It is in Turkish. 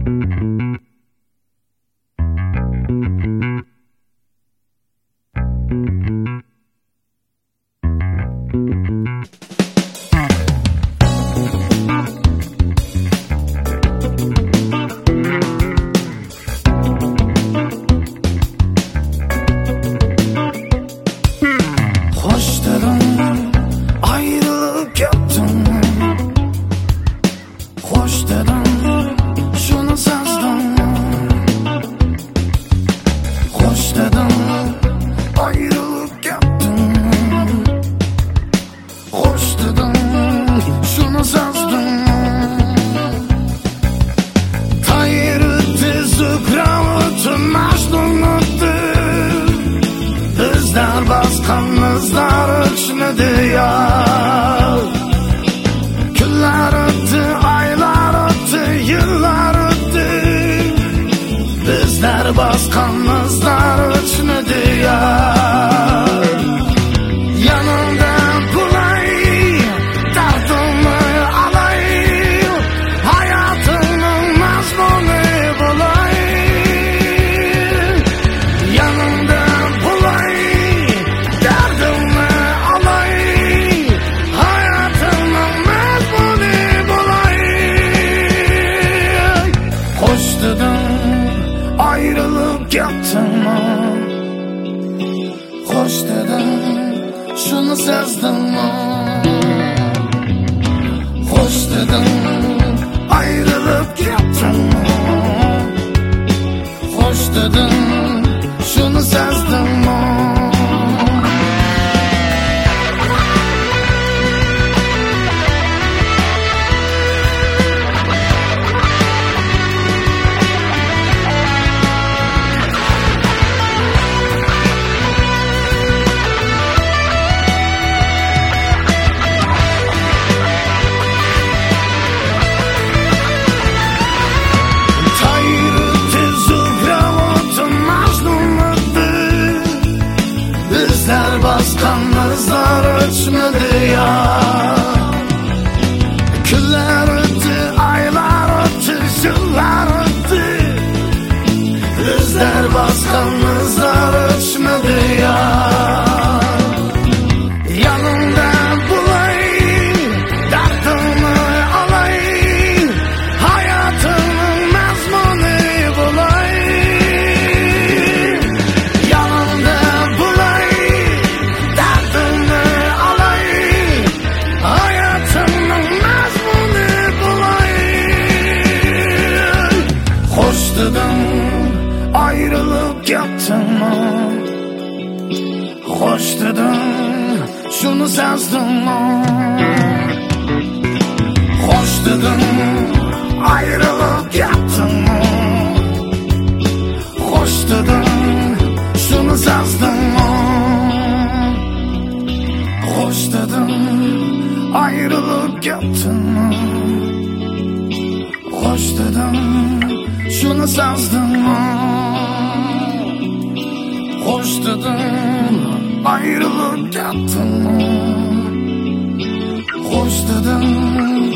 Baskanımızlar içmedi ya. Günler öttü, aylar öttü, yıllar öttü. Bizler baskanımızlar içmedi ya. Yanımdan bulay, derdimi alay, hayatımın mazmunu bulay. Yanımdan bulay, derdimi alay, hayatımın mazmunu bulay. Hoş dedim, ayrılıp gittin mi? Hoş dedim, şunu sezdim mi? Hoş dedim, ayrılıp gittin mi? Hoş dedim, şunu sezdim mi? Baskanımızlar ölçmedi ya. Günler öttü, aylar öttü, yıllar öttü. Bizler baskanımızlar ölçmedi ya. Yanımdan bulay, derdimi alay, hayatımın mazmunu bulay. Yanımdan bulay, derdimi alay, hayatımın mazmunu bulay. Hoş dedim, ayrılıp gittin mi? Hoş dedim, şunu sezdim mi? Hoş dedim, ayrılıp gittin mi? Hoş dedim, şunu sezdim mi? Hoş dedim, ayrılıp gittin mi? Hoş dedim, şunu sezdim mi? Hoş dedim, ayrılıp gittin mi? Hoş dedim,